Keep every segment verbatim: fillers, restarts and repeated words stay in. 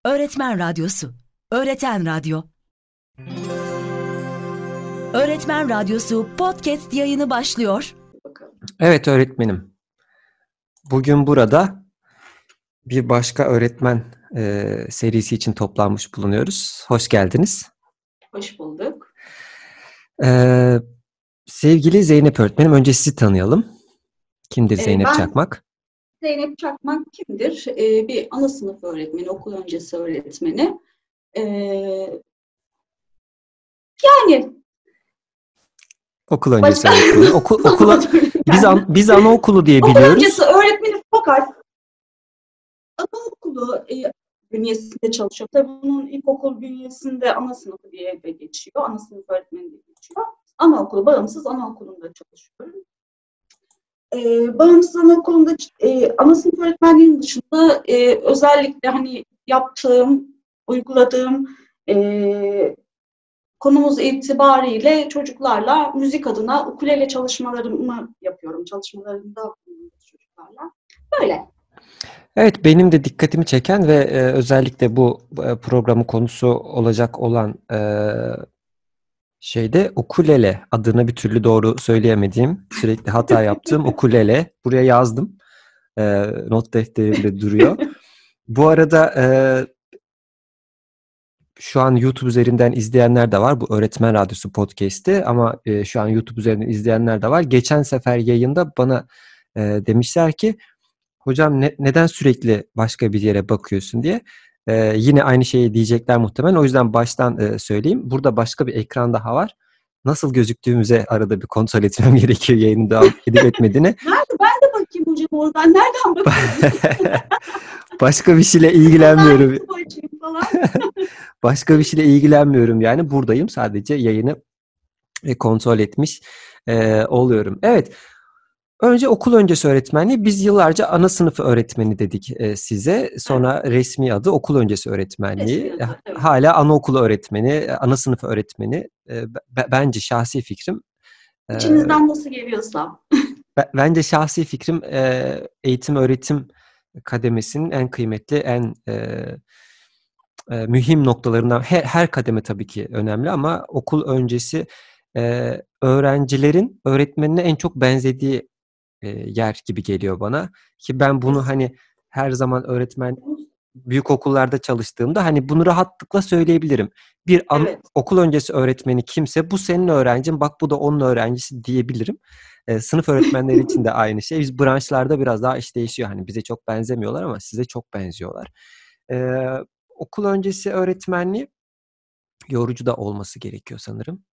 Öğretmen Radyosu. Öğreten Radyo. Öğretmen Radyosu podcast yayını başlıyor. Evet öğretmenim. Bugün burada bir başka öğretmen e, serisi için toplanmış bulunuyoruz. Hoş geldiniz. Hoş bulduk. Ee, sevgili Zeynep öğretmenim, önce sizi tanıyalım. Kimdir Ee, Zeynep ben, Çakmak? Zeynep Çakmak kimdir? Ee, bir ana sınıf öğretmeni, okul öncesi öğretmeni. Ee, yani Okul öncesi başka öğretmeni. Oku, okula, biz, an, biz anaokulu diye okul biliyoruz. öncesi öğretmeni fakat anaokulu e, bünyesinde çalışıyor. Tabii bunun ilkokul bünyesinde ana sınıfı diye de geçiyor. Ana sınıf öğretmeni diye geçiyor. Anaokulu, bağımsız anaokulunda çalışıyorum. Ee, bağımsız anaokulunda e, ana sınıf öğretmenliğinin dışında e, özellikle hani yaptığım, uyguladığım e, konumuz itibariyle çocuklarla müzik adına ukulele çalışmalarımı yapıyorum. Çalışmalarımda bulunuyoruz çocuklarla. Böyle. Evet, benim de dikkatimi çeken ve e, özellikle bu e, programın konusu olacak olan e, şeyde ukulele, adını bir türlü doğru söyleyemediğim, sürekli hata yaptığım ukulele. Buraya yazdım. E, not defterimde duruyor. Bu arada e, şu an YouTube üzerinden izleyenler de var. Bu Öğretmen Radyosu podcast'i ama e, şu an YouTube üzerinden izleyenler de var. Geçen sefer yayında bana e, demişler ki hocam ne, neden sürekli başka bir yere bakıyorsun diye. E, yine aynı şeyi diyecekler muhtemelen. O yüzden baştan e, söyleyeyim. Burada başka bir ekran daha var. Nasıl gözüktüğümüze arada bir kontrol etmem gerekiyor yayını devam edip etmediğini. Nerede? Ben de bakayım hocam oradan. Nereden bakıyorsun? Başka bir şeyle ilgilenmiyorum. falan. Başka bir şeyle ilgilenmiyorum yani. Buradayım. Sadece yayını kontrol etmiş e, oluyorum. Evet. Önce okul öncesi öğretmenliği. Biz yıllarca ana sınıfı öğretmeni dedik e, size. Sonra evet. Resmi adı okul öncesi öğretmenliği. Resmi adı, evet. Hala anaokulu öğretmeni, ana sınıfı öğretmeni. E, b- bence şahsi fikrim. İçinizden nasıl geliyorsa. B- bence şahsi fikrim e, eğitim öğretim kademesinin en kıymetli, en e, e, mühim noktalarından. Her, her kademe tabii ki önemli ama okul öncesi e, öğrencilerin öğretmenine en çok benzediği e, yer gibi geliyor bana. Ki ben bunu hani her zaman öğretmen büyük okullarda çalıştığımda hani bunu rahatlıkla söyleyebilirim. Bir an, Evet. okul öncesi öğretmeni kimse bu senin öğrencin, bak bu da onun öğrencisi diyebilirim. E, sınıf öğretmenleri için de aynı şey. Biz branşlarda biraz daha iş değişiyor. Hani bize çok benzemiyorlar ama size çok benziyorlar. E, okul öncesi öğretmenliği yorucu da olması gerekiyor sanırım.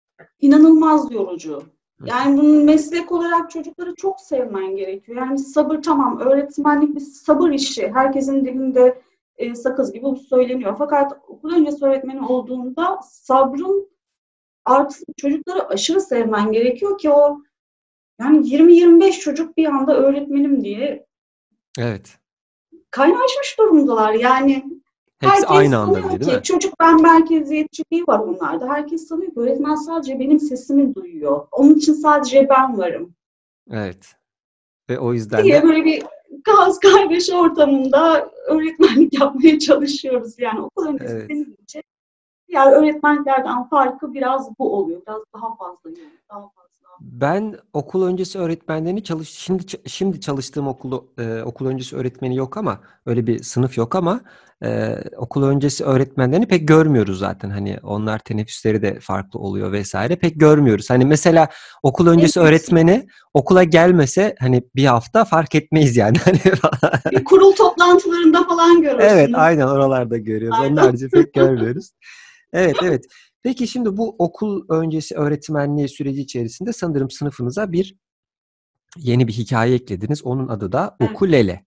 İnanılmaz yorucu. Yani bunun meslek olarak çocukları çok sevmen gerekiyor. Yani sabır, tamam, öğretmenlik bir sabır işi. Herkesin dilinde e, sakız gibi bu söyleniyor. Fakat okul öncesi öğretmeni olduğunda sabrın artı çocukları aşırı sevmen gerekiyor ki o yani yirmi yirmi beş çocuk bir anda öğretmenim diye Evet. kaynaşmış durumdalar. Yani Hepsi herkes aynı anda sanıyor bir de, değil ki mi? çocuk, ben merkeziyetçiliği var onlarda. Herkes sanıyor ki öğretmen sadece benim sesimi duyuyor. Onun için sadece ben varım Evet. Ve o yüzden diye de böyle bir kaos kargaşa ortamında öğretmenlik yapmaya çalışıyoruz. Yani okul öncesi evet. denilince diğer öğretmenlerden farkı biraz bu oluyor. Biraz daha fazla yoğun, daha fazla. Ben okul öncesi öğretmenlerini çalış şimdi şimdi çalıştığım okulu e, okul öncesi öğretmeni yok ama öyle bir sınıf yok ama e, okul öncesi öğretmenlerini pek görmüyoruz zaten. Hani onlar teneffüsleri de farklı oluyor vesaire. Pek görmüyoruz. Hani mesela okul öncesi Evet. öğretmeni okula gelmese hani bir hafta fark etmeyiz yani. Hani Bir kurul toplantılarında falan evet, görürsünüz. aynen oralarda görüyoruz. Onun Aynen. harici pek görmüyoruz. Evet, evet. Peki şimdi bu okul öncesi öğretmenliği süreci içerisinde sanırım sınıfınıza bir yeni bir hikaye eklediniz. Onun adı da Evet. ukulele.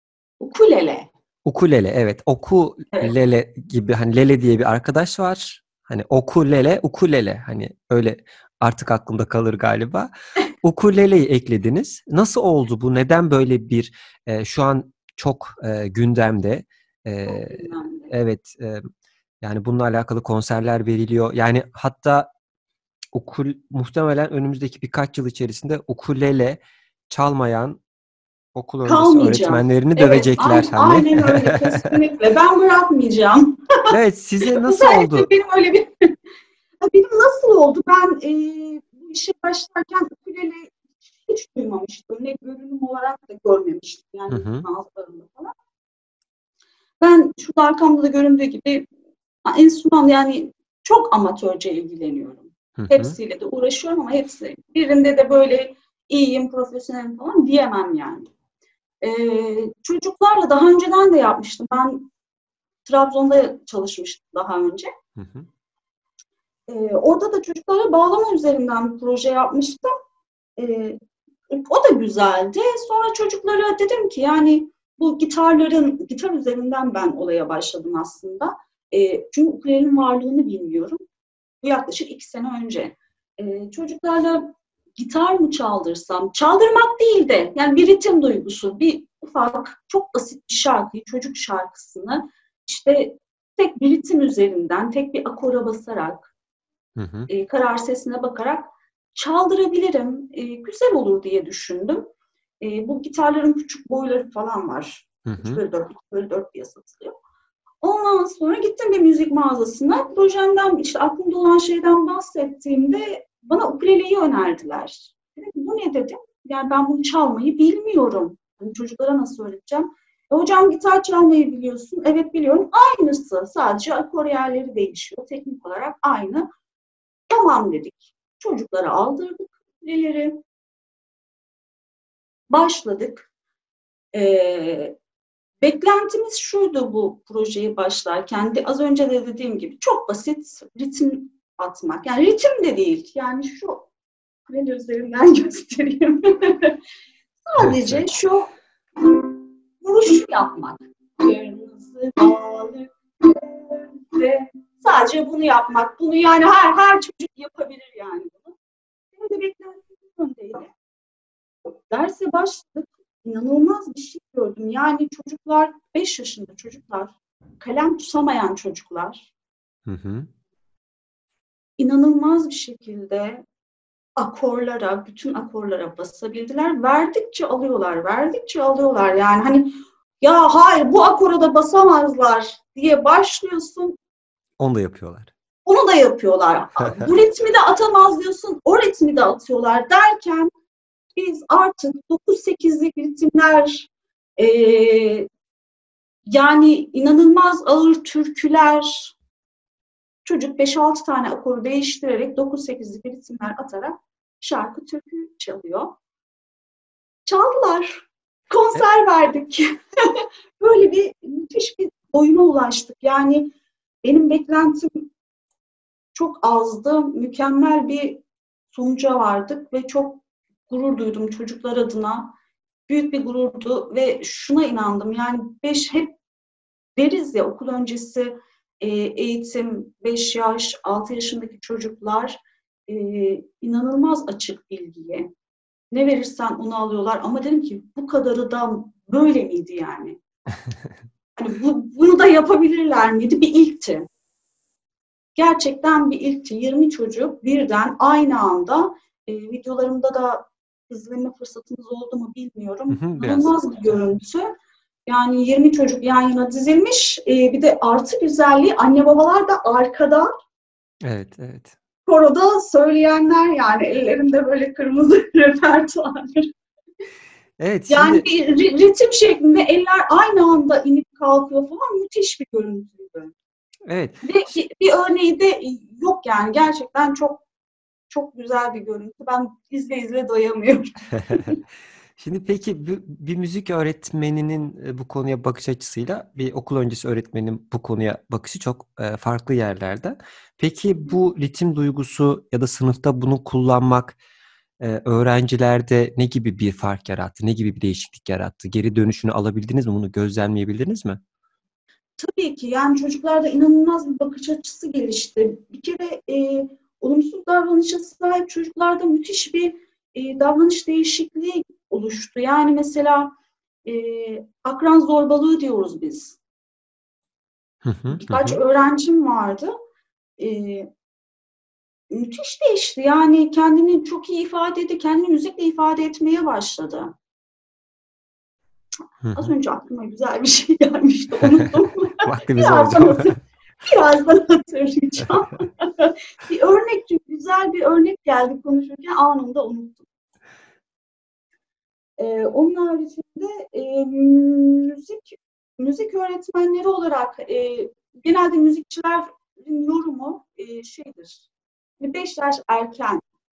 Ukulele. Ukulele, evet. Evet. Ukulele gibi, hani Lele diye bir arkadaş var. Hani okulele, ukulele. Hani öyle artık aklımda kalır galiba. Ukuleleyi eklediniz. Nasıl oldu bu? Neden böyle bir e, şu an çok e, gündemde? E, Çok gündemde. evet. E, yani bununla alakalı konserler veriliyor. Yani hatta okul muhtemelen önümüzdeki birkaç yıl içerisinde ukulele çalmayan Okul öncesi Kalmayacağım. öğretmenlerini Evet, dövecekler aynen, hani. aynen öyle, kesinlikle. Ben bırakmayacağım. Evet, size nasıl Özellikle oldu? benim öyle bir benim nasıl oldu? Ben e, bu işe başlarken ukulele hiç duymamıştım. Ne görünüm olarak da görmemiştim. Hı Yani hı. ağızlarında falan. Ben şurada arkamda da göründüğü gibi enstrüman, yani çok amatörce ilgileniyorum. Hı hı. Hepsiyle de uğraşıyorum ama hepsi. Birinde de böyle iyiyim, profesyonelim falan diyemem yani. Ee, çocuklarla daha önceden de yapmıştım. Ben Trabzon'da çalışmıştım daha önce. Hı hı. Ee, orada da çocuklara bağlama üzerinden bir proje yapmıştım. Ee, o da güzeldi. Sonra çocuklara dedim ki yani bu gitarların, gitar üzerinden ben olaya başladım aslında. Ee, çünkü ukulelenin varlığını bilmiyorum. Bu yaklaşık iki sene önce. Ee, çocuklarla gitar mı çaldırsam, çaldırmak değil de yani bir ritim duygusu, bir ufak, çok basit bir şarkıyı, çocuk şarkısını işte tek bir ritim üzerinden, tek bir akora basarak, Hı hı. e, karar sesine bakarak çaldırabilirim. E, güzel olur diye düşündüm. E, bu gitarların küçük boyları falan var. Hı üç hı. bölü dört, iki bölü dört diye satılıyor. Ondan sonra gittim bir müzik mağazasına. Projemden, işte aklımda olan şeyden bahsettiğimde bana ukuleleyi önerdiler. Dedim, bu ne dedim. Yani ben bunu çalmayı bilmiyorum. Hani çocuklara nasıl öğreteceğim? E, hocam gitar çalmayı biliyorsun. Evet biliyorum. Aynısı. Sadece akor yerleri değişiyor. Teknik olarak aynı. Tamam dedik. Çocuklara aldırdık ukuleleri. Başladık. Ee, Beklentimiz şuydu bu projeyi başlarken. De, az önce de dediğim gibi çok basit ritim atmak. Yani ritim de değil. Yani şu ukulele üzerinden göstereyim. Evet, Sadece evet. şu vuruşu yapmak. Kırmızı balık ve sadece bunu yapmak. Bunu yani her her çocuk yapabilir yani bunu. Benim de beklentim bu yöndeydi. Derse başladık. İnanılmaz bir şey gördüm. Yani çocuklar, beş yaşında çocuklar, kalem tutamayan çocuklar Hı hı. inanılmaz bir şekilde akorlara, bütün akorlara basabildiler. Verdikçe alıyorlar, verdikçe alıyorlar. Yani hani ya hayır bu akora da basamazlar diye başlıyorsun. Onu da yapıyorlar. Onu da yapıyorlar. Bu ritmi de atamaz diyorsun. O ritmi de atıyorlar derken biz artık dokuz sekizlik ritimler, e, yani inanılmaz ağır türküler, çocuk beş altı tane akoru değiştirerek dokuz sekizlik ritimler atarak şarkı türkü çalıyor. Çaldılar. E, Konser verdik. Böyle bir müthiş bir doyuma ulaştık. Yani benim beklentim çok azdı. Mükemmel bir sonuca vardık ve çok gurur duydum çocuklar adına. Büyük bir gururdu ve şuna inandım. Yani beş hep deriz ya, okul öncesi e, eğitim, beş yaş, altı yaşındaki çocuklar e, inanılmaz açık bilgiye. Ne verirsen onu alıyorlar ama dedim ki bu kadarı da böyle miydi yani? Hani bu, bunu da yapabilirler miydi? Bir ilkti. Gerçekten bir ilkti. yirmi çocuk birden aynı anda, e, videolarımda da izleme fırsatınız oldu mu hı bilmiyorum. hı, biraz. İnanılmaz bir görüntü. Yani yirmi çocuk yan yana dizilmiş. E, bir de artı güzelliği anne babalar da arkada Evet, evet. koroda söyleyenler, yani ellerinde böyle kırmızı repertuar. Evet, Yani şimdi bir ritim şeklinde eller aynı anda inip kalkıyor falan, müthiş bir görüntüydü. evet. Ve bir örneği de yok yani, gerçekten çok çok güzel bir görüntü. Ben izle izle doyamıyorum. Şimdi peki bir, bir müzik öğretmeninin e, bu konuya bakış açısıyla bir okul öncesi öğretmenin bu konuya bakışı çok e, farklı yerlerde. Peki bu ritim duygusu ya da sınıfta bunu kullanmak e, öğrencilerde ne gibi bir fark yarattı? Ne gibi bir değişiklik yarattı? Geri dönüşünü alabildiniz mi? Bunu gözlemleyebildiniz mi? Tabii ki yani çocuklarda inanılmaz bir bakış açısı gelişti. Bir kere e, olumsuz davranışa sahip çocuklarda müthiş bir e, davranış değişikliği oluştu. Yani mesela e, akran zorbalığı diyoruz biz. Hı hı hı. Birkaç Hı. öğrencim vardı. E, Müthiş değişti. Yani kendini çok iyi ifade etti, kendini müzikle ifade etmeye başladı. Hı Az hı. önce aklıma güzel bir şey gelmişti. Unuttum. Vaktimiz Birazdan, oldu. hatır, birazdan hatırlayacağım. Bir örnek, çünkü güzel bir örnek geldi konuşurken anında unuttum. Ee, onun haricinde e, müzik müzik öğretmenleri olarak e, genelde müzikçilerin yorumu e, şeydir. Beş yaş erken.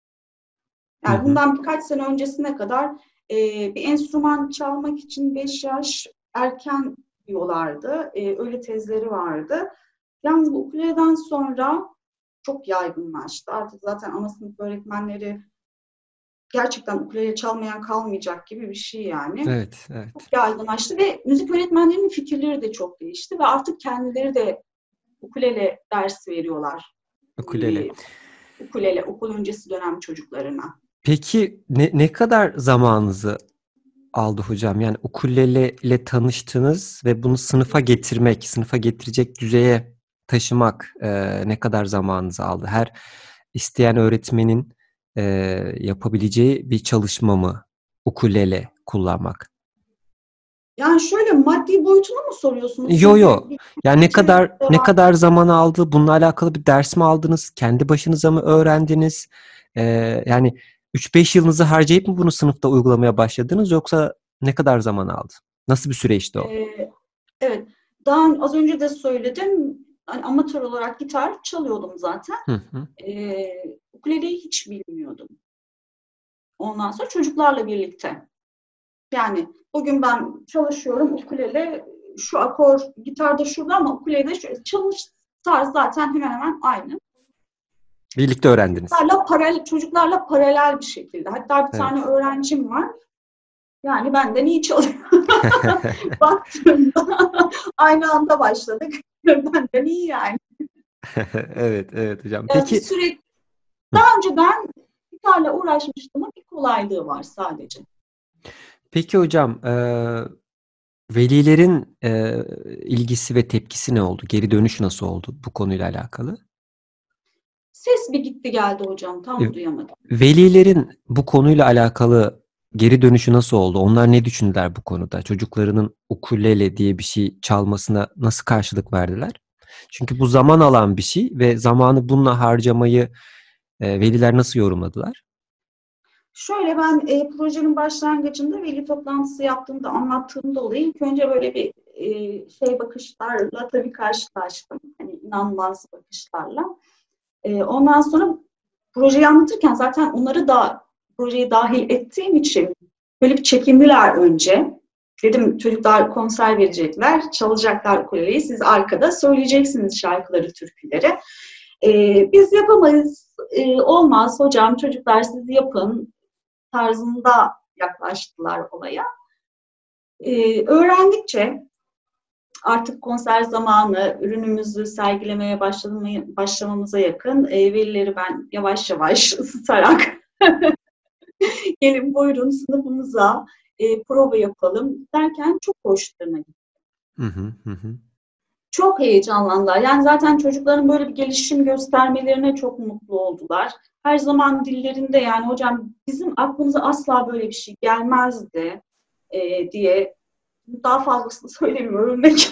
Hı Yani hı. bundan birkaç sene öncesine kadar e, bir enstrüman çalmak için beş yaş erken diyorlardı. E, öyle tezleri vardı. Yalnız bu ukuleleden sonra çok yaygınlaştı. Artık zaten ana sınıf öğretmenleri gerçekten ukulele çalmayan kalmayacak gibi bir şey yani. Evet, Çok evet. yaygınlaştı ve müzik öğretmenlerinin fikirleri de çok değişti ve artık kendileri de ukulele dersi veriyorlar. Ukulele. Ee, ukulele, okul öncesi dönem çocuklarına. Peki ne, ne kadar zamanınızı aldı hocam? Yani ukulele ile tanıştınız ve bunu sınıfa getirmek, sınıfa getirecek düzeye taşımak e, ne kadar zamanınızı aldı? Her isteyen öğretmenin e, yapabileceği bir çalışma mı ukulele kullanmak? Yani şöyle, maddi boyutunu mu soruyorsunuz? Yo yo. Çünkü bir Yani ne bütçemiz kadar de ne var. kadar zaman aldı? Bununla alakalı bir ders mi aldınız? Kendi başınıza mı öğrendiniz? Ee, yani üç beş yılınızı harcayıp mı bunu sınıfta uygulamaya başladınız yoksa ne kadar zaman aldı? Nasıl bir süreçti o? Ee, evet. Daha az önce de söyledim. Hani amatör olarak gitar çalıyordum zaten. Hı hı. Ee, ukuleleyi hiç bilmiyordum. Ondan sonra çocuklarla birlikte. Yani bugün ben çalışıyorum ukulele, şu akor gitarda şurada ama ukulelede şu, çalış tarz zaten hemen hemen aynı. Birlikte öğrendiniz. Çocuklarla paralel, çocuklarla paralel bir şekilde. Hatta bir tane Evet. öğrencim var. Yani benden iyi çalıyor. Baktığımda aynı anda başladık. Benden iyi yani. Evet, evet hocam. Ee, bir Peki, süre hı. daha önce ben gitarla uğraşmıştım ama bir kolaylığı var sadece. Peki hocam, eee, velilerin eee, ilgisi ve tepkisi ne oldu? Geri dönüş nasıl oldu bu konuyla alakalı? Ses bir gitti geldi hocam. Tam duyamadım. Velilerin bu konuyla alakalı geri dönüşü nasıl oldu? Onlar ne düşündüler bu konuda? Çocuklarının ukulele diye bir şey çalmasına nasıl karşılık verdiler? Çünkü bu zaman alan bir şey ve zamanı bununla harcamayı e, veliler nasıl yorumladılar? Şöyle, ben e, projenin başlangıcında veli toplantısı yaptığımda anlattığımda olayı ilk önce böyle bir e, şey bakışlarla tabii karşılaştım. Hani inanılmaz bakışlarla. E, ondan sonra projeyi anlatırken zaten onları da projeye dahil ettiğim için böyle bir çekindiler önce. Dedim çocuklar konser verecekler, çalacaklar ukuleleyi, siz arkada söyleyeceksiniz şarkıları, türküleri. E, biz yapamayız, e, olmaz hocam, çocuklar siz yapın tarzında yaklaştılar olaya. Ee, öğrendikçe artık konser zamanı, ürünümüzü sergilemeye başlamamıza yakın e, velileri ben yavaş yavaş ısıtarak gelin buyurun sınıfımıza e, prova yapalım derken çok hoşlarına gitti. Hı hı hı. Hı. Çok heyecanlandılar. Yani zaten çocukların böyle bir gelişim göstermelerine çok mutlu oldular. Her zaman dillerinde, yani hocam bizim aklımıza asla böyle bir şey gelmezdi e, diye. Daha fazlasını söylemiyorum. Örnek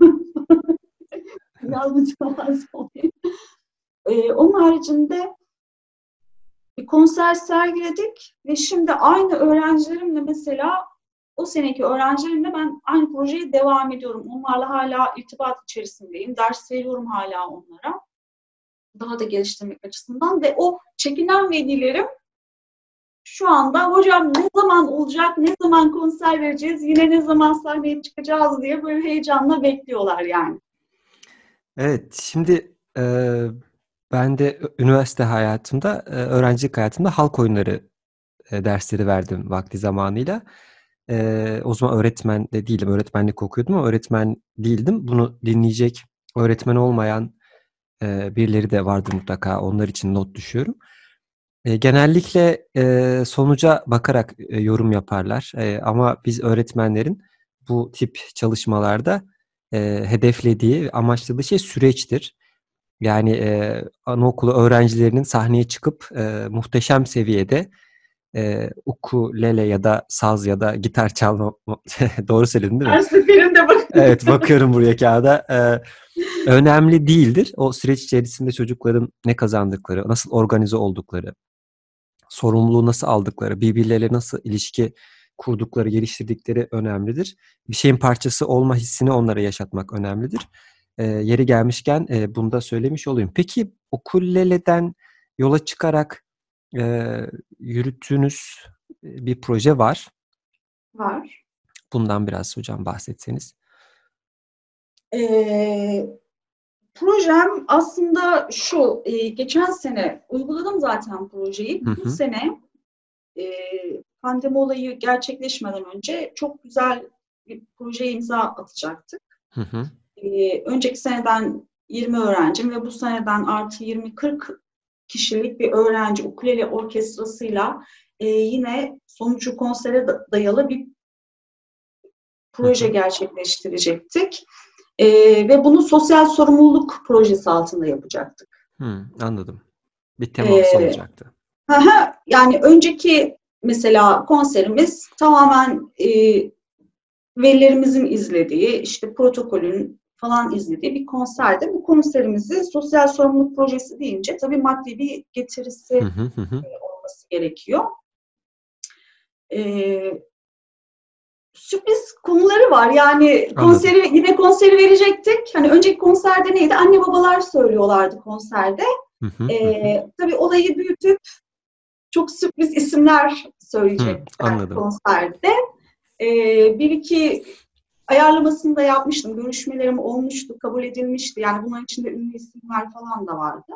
biraz mütevazı olayım. Ee, onun haricinde bir konser sergiledik ve şimdi aynı öğrencilerimle, mesela o seneki öğrencilerimle ben aynı projeye devam ediyorum. Onlarla hala irtibat içerisindeyim. Ders veriyorum hala onlara. Daha da geliştirmek açısından ve o çekinen velilerim şu anda hocam ne zaman olacak, ne zaman konser vereceğiz, yine ne zaman sahneye çıkacağız diye böyle heyecanla bekliyorlar yani. Evet, şimdi e, ben de üniversite hayatımda, e, öğrencilik hayatımda halk oyunları e, dersleri verdim vakti zamanıyla. E, o zaman öğretmen de değilim, öğretmenlik okuyordum ama öğretmen değildim. Bunu dinleyecek öğretmen olmayan e, birileri de vardır mutlaka. Onlar için not düşüyorum. E, genellikle e, sonuca bakarak e, yorum yaparlar. E, ama biz öğretmenlerin bu tip çalışmalarda e, hedeflediği, amaçladığı şey süreçtir. Yani e, anaokulu öğrencilerinin sahneye çıkıp e, muhteşem seviyede e, ukulele ya da saz ya da gitar çalma doğru söyledim değil mi? Her seferinde bak. Evet, bakıyorum buraya kağıda. Ee, önemli değildir. O süreç içerisinde çocukların ne kazandıkları, nasıl organize oldukları, sorumluluğu nasıl aldıkları, birbirleriyle nasıl ilişki kurdukları, geliştirdikleri önemlidir. Bir şeyin parçası olma hissini onlara yaşatmak önemlidir. Ee, yeri gelmişken e, bunu da söylemiş olayım. Peki ukuleleden yola çıkarak e, yürüttüğünüz bir proje var. Var. Bundan biraz hocam bahsetseniz. Ee, projem aslında şu, e, geçen sene uyguladım zaten projeyi. Hı Bu hı. sene e, pandemi olayı gerçekleşmeden önce çok güzel bir projeye imza atacaktık. Hı hı. E, önceki seneden yirmi öğrencim ve bu seneden artı yirmi kırk kişilik bir öğrenci ukulele orkestrasıyla e, yine sonucu konsere dayalı bir proje gerçekleştirecektik. E, ve bunu sosyal sorumluluk projesi altında yapacaktık. Hı, anladım. Bir teması E, olacaktı. yani önceki mesela konserimiz tamamen e, velilerimizin izlediği, işte protokolün falan izlediği bir konserdi. Bu konserimizi sosyal sorumluluk projesi deyince tabii maddi bir getirisi Hı hı hı hı. olması gerekiyor. Ee, sürpriz konuları var. Yani konseri Anladım. yine konseri verecektik. Hani önceki konserde neydi? Anne babalar söylüyorlardı konserde. Hı hı hı hı. Ee, tabii olayı büyütüp çok sürpriz isimler Hı, söyleyecekler anladım. konserde. Ee, bir iki ayarlamasını da yapmıştım. Görüşmelerim olmuştu, kabul edilmişti. Yani bunların içinde ünlü isimler falan da vardı.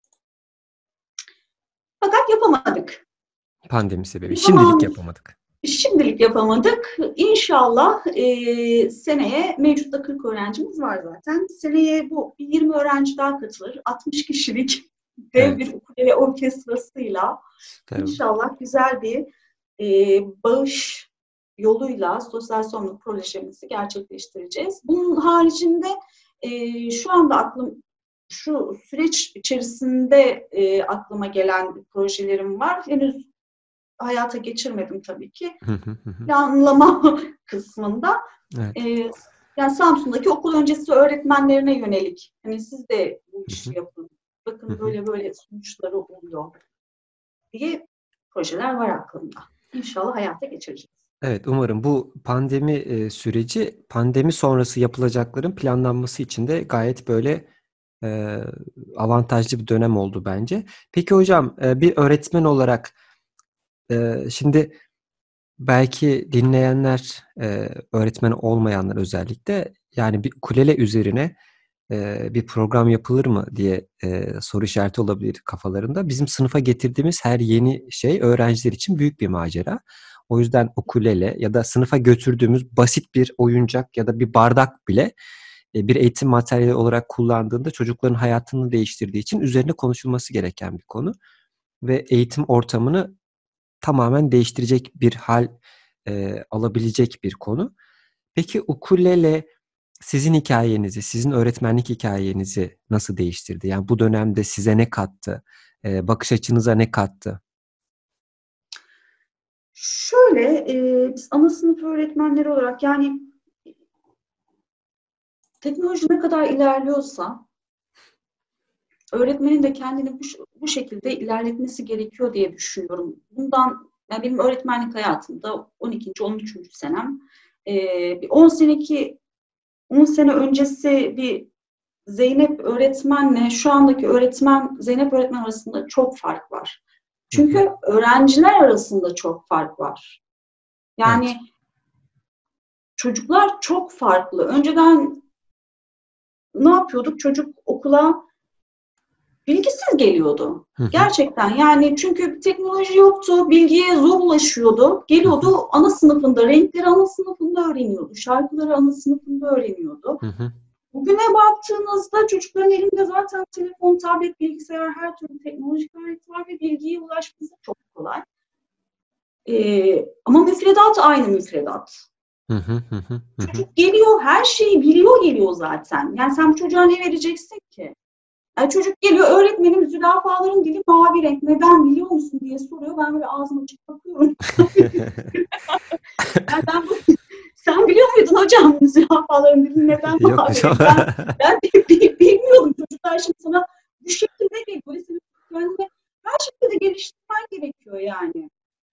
Fakat yapamadık. Pandemi sebebi. Şimdilik Tamam, yapamadık. şimdilik yapamadık. İnşallah e, seneye mevcutta kırk öğrencimiz var zaten. Seneye bu yirmi öğrenci daha katılır. altmış kişilik dev Evet. bir ukulele orkestrasıyla Süper olur. İnşallah güzel bir e, bağış yoluyla sosyal sorumluluk projemizi gerçekleştireceğiz. Bunun haricinde e, şu anda aklım şu süreç içerisinde e, aklıma gelen projelerim var. Henüz hayata geçirmedim tabii ki. Hı hı hı hı. Planlama kısmında. Evet. E, yani Samsun'daki okul öncesi öğretmenlerine yönelik. Hani siz de bu Hı işi hı. yapın. Hı Bakın hı. böyle böyle sonuçları oluyor diye projeler var aklımda. İnşallah hayata geçireceğiz. Evet, umarım bu pandemi e, süreci pandemi sonrası yapılacakların planlanması için de gayet böyle e, avantajlı bir dönem oldu bence. Peki hocam, e, bir öğretmen olarak e, şimdi belki dinleyenler, e, öğretmen olmayanlar özellikle yani bir ukulele üzerine e, bir program yapılır mı diye e, soru işareti olabilir kafalarında. Bizim sınıfa getirdiğimiz her yeni şey öğrenciler için büyük bir macera. O yüzden ukulele ya da sınıfa götürdüğümüz basit bir oyuncak ya da bir bardak bile e, bir eğitim materyali olarak kullandığında çocukların hayatını değiştirdiği için üzerine konuşulması gereken bir konu ve eğitim ortamını tamamen değiştirecek bir hal e, alabilecek bir konu. Peki ukulele sizin hikayenizi, sizin öğretmenlik hikayenizi nasıl değiştirdi? Yani bu dönemde size ne kattı? E, bakış açınıza ne kattı? Şöyle, e, biz ana sınıf öğretmenleri olarak yani teknoloji ne kadar ilerliyorsa öğretmenin de kendini bu, bu şekilde ilerletmesi gerekiyor diye düşünüyorum. Bundan yani benim öğretmenlik hayatımda on ikinci on üçüncü senem e, bir on seneki on sene öncesi bir Zeynep öğretmenle şu andaki öğretmen Zeynep öğretmen arasında çok fark var. Hı hı. Çünkü öğrenciler arasında çok fark var. Yani Evet. çocuklar çok farklı. Önceden ne yapıyorduk? Çocuk okula bilgisiz geliyordu. Hı hı. Gerçekten yani çünkü teknoloji yoktu, bilgiye zor ulaşıyordu. Hı hı. Geliyordu ana sınıfında, renkleri ana sınıfında öğreniyordu, şarkıları ana sınıfında öğreniyordu. Hı hı. Bugüne baktığınızda çocukların elinde zaten telefon, tablet, bilgisayar, her türlü teknolojik alet var ve bilgiye ulaşması çok kolay. Ee, ama müfredat aynı müfredat. Hı hı. Hı hı. Hı hı. Çocuk geliyor, her şeyi biliyor geliyor zaten. Yani sen bu çocuğa ne vereceksin ki? Yani çocuk geliyor, öğretmenim zürafaların dili mavi renk, neden biliyor musun diye soruyor. Ben böyle ağzımı açıp bakıyorum. yani ben bu, sen biliyor muydun hocam zürafaların dili neden Yok mavi hocam. renk? Ben, ben bilmiyordum. Çocuklar şimdi sana bu şekilde geliyor. Böyle senin kendine her şekilde geliştirmen gerekiyor yani.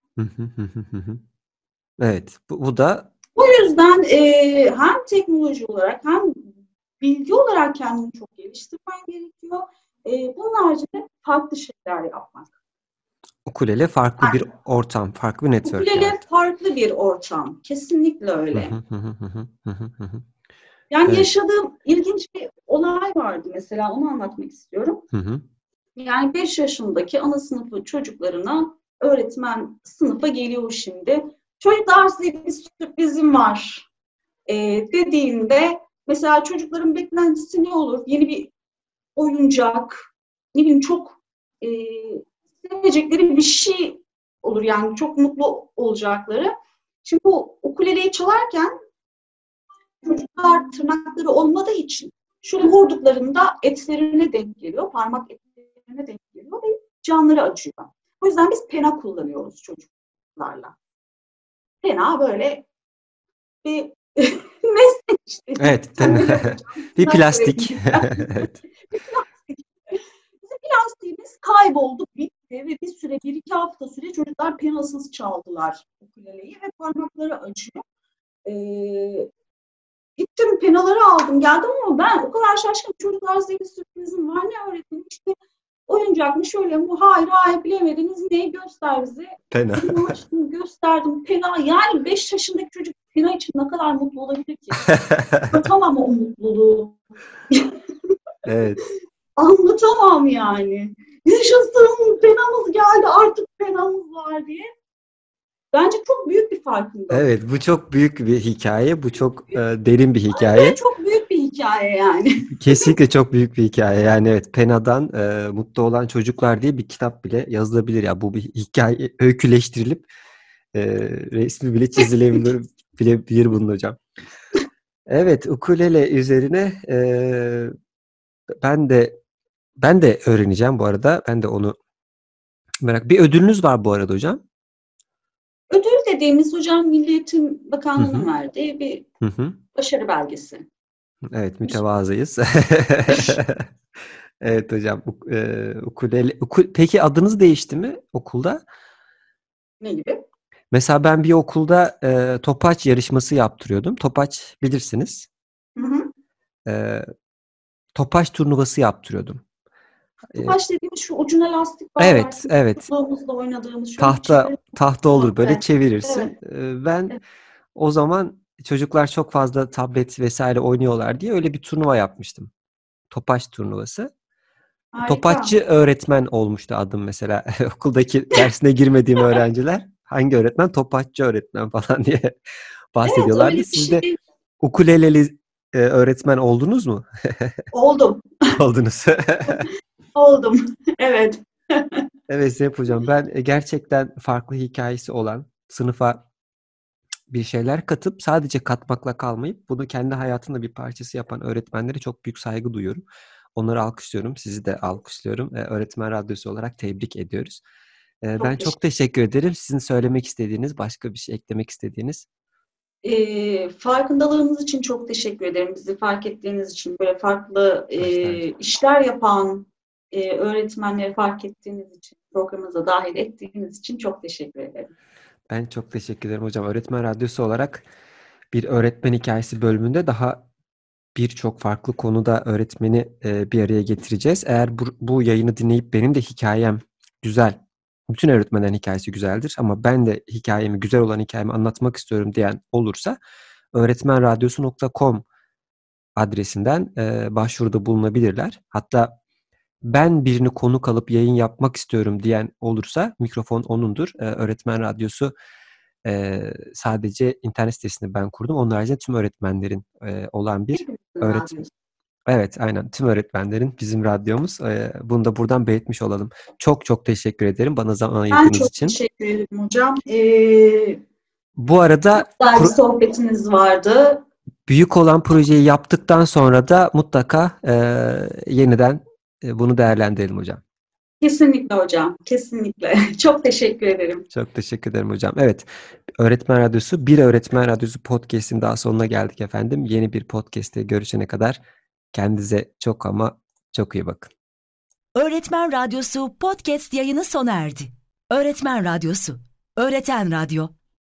Evet, bu, bu da O yüzden e, hem teknoloji olarak hem bilgi olarak kendini çok geliştirmen gerekiyor. E, bunun haricinde farklı şeyler yapmak. ukulele farklı bir Yani, ortam, farklı bir network ukulele yarattı. farklı bir ortam. Kesinlikle Hı öyle. hı hı hı hı hı hı hı. Yani Evet. yaşadığım ilginç bir olay vardı mesela, onu anlatmak istiyorum. Hı hı. Yani beş yaşındaki ana sınıfı çocuklarına öğretmen sınıfa geliyor şimdi. Çocuklar, size bir sürprizim var e, dediğinde mesela çocukların beklentisi ne olur? Yeni bir oyuncak, ne bileyim çok e, sevecekleri bir şey olur yani, çok mutlu olacakları. Şimdi bu ukuleleyi çalarken çocuklar tırnakları olmadığı için şöyle vurduklarında etlerine denk geliyor, parmak etlerine denk geliyor ve canları acıyor. O yüzden biz pena kullanıyoruz çocuklarla. Pena böyle bir nesne işte. Evet, Sen ten- öyle hocam. bir Tırnak plastik. öğretmeni. Evet. Bir plastik. Bizim plastiğimiz kayboldu, bitti ve bir süre, bir iki hafta süre çocuklar penasız çaldılar ukuleleyi ve parmakları acıyor. Ee, Gittim penaları aldım geldim ama ben o kadar şaşkınım. Çocuklar, size bir sürprizim var. Ne öğretmenim? İşte oyuncak mı şöyle mi? Hayır hayır, bilemediniz. Neyi, göster bize. Pena. Elimi açtım, gösterdim. Pena, yani beş yaşındaki çocuk pena için ne kadar mutlu olabilir ki? Anlatamam o mutluluğu. Evet. Anlatamam yani. Yaşasın, penamız geldi, artık penamız var diye. Bence çok büyük bir farkındalık. Evet, bu çok büyük bir hikaye. Bu çok e, derin bir Ve hikaye. çok büyük bir hikaye yani. Kesinlikle çok büyük bir hikaye. Yani evet, Pena'dan e, Mutlu Olan Çocuklar diye bir kitap bile yazılabilir. Ya bu bir hikaye öyküleştirilip e, resmi bile çizilebilir bilebilir bunun hocam. Evet, ukulele üzerine e, ben de ben de öğreneceğim bu arada. Ben de onu merak. Bir ödülünüz var bu arada hocam. Ödül dediğimiz hocam Milli Eğitim Hı Bakanlığı'nın hı. verdiği bir Hı hı. başarı belgesi. Evet, mütevazıyız. Evet hocam. uk- e, ukulele. Uku- Peki adınız değişti mi okulda? Ne gibi? Mesela ben bir okulda e, topaç yarışması yaptırıyordum. Topaç bilirsiniz. Hı hı. E, Topaç turnuvası yaptırıyordum. E, Topaç dediğimiz şu ucuna lastik bağlar. evet, evet. Çocukluğumuzda oynadığımız, şöyle bir Tahta çevirip. tahta olur böyle Evet, çevirirsin. evet, E, ben evet. o zaman çocuklar çok fazla tablet vesaire oynuyorlar diye öyle bir turnuva yapmıştım. Topaç turnuvası. Harika. Topaççı öğretmen olmuştu adım mesela. Okuldaki dersine girmediğim öğrenciler hangi öğretmen? Topaççı öğretmen falan diye Evet, bahsediyorlardı. öyle bir Siz de şey ukuleleli e, öğretmen oldunuz mu? oldum. Oldunuz. Oldum. Evet. Evet Zeynep Hocam, ben e, gerçekten farklı hikayesi olan, sınıfa bir şeyler katıp sadece katmakla kalmayıp bunu kendi hayatının bir parçası yapan öğretmenlere çok büyük saygı duyuyorum. Onları alkışlıyorum. Sizi de alkışlıyorum. E, Öğretmen Radyosu olarak tebrik ediyoruz. E, Ben Çok çok teşekkür teşekkür ederim. Sizin söylemek istediğiniz, başka bir şey eklemek istediğiniz. E, farkındalığınız için çok teşekkür ederim. Bizi fark ettiğiniz için, böyle farklı e, Başlar. işler yapan e, öğretmenleri fark ettiğiniz için, programımıza dahil ettiğiniz için çok teşekkür ederim. Ben çok teşekkür ederim hocam. Öğretmen Radyosu olarak bir öğretmen hikayesi bölümünde daha birçok farklı konuda öğretmeni e, bir araya getireceğiz. Eğer bu, bu yayını dinleyip benim de hikayem güzel, bütün öğretmenlerin hikayesi güzeldir ama ben de hikayemi, güzel olan hikayemi anlatmak istiyorum diyen olursa öğretmenradyosu nokta com adresinden e, başvuruda bulunabilirler. Hatta ben birini konuk alıp yayın yapmak istiyorum diyen olursa mikrofon onundur. E, Öğretmen Radyosu e, sadece internet sitesini ben kurdum. Onun haricinde tüm öğretmenlerin e, olan bir Hepimizin öğretmen. radyosu. Evet, aynen. Tüm öğretmenlerin bizim radyomuz. E, bunu da buradan belirtmiş olalım. Çok çok teşekkür ederim bana zaman Ben ayırdığınız çok için. teşekkür ederim hocam. Ee, Bu arada güzel bir pro- sohbetiniz vardı. büyük olan projeyi yaptıktan sonra da mutlaka e, yeniden e, bunu değerlendirelim hocam. Kesinlikle hocam, kesinlikle. Çok teşekkür ederim. Çok teşekkür ederim hocam. Evet, Öğretmen Radyosu, Bir Öğretmen Radyosu podcast'in daha sonuna geldik efendim. Yeni bir podcast'te görüşene kadar kendinize çok ama çok iyi bakın. Öğretmen Radyosu podcast yayını sona erdi. Öğretmen Radyosu, Öğreten Radyo.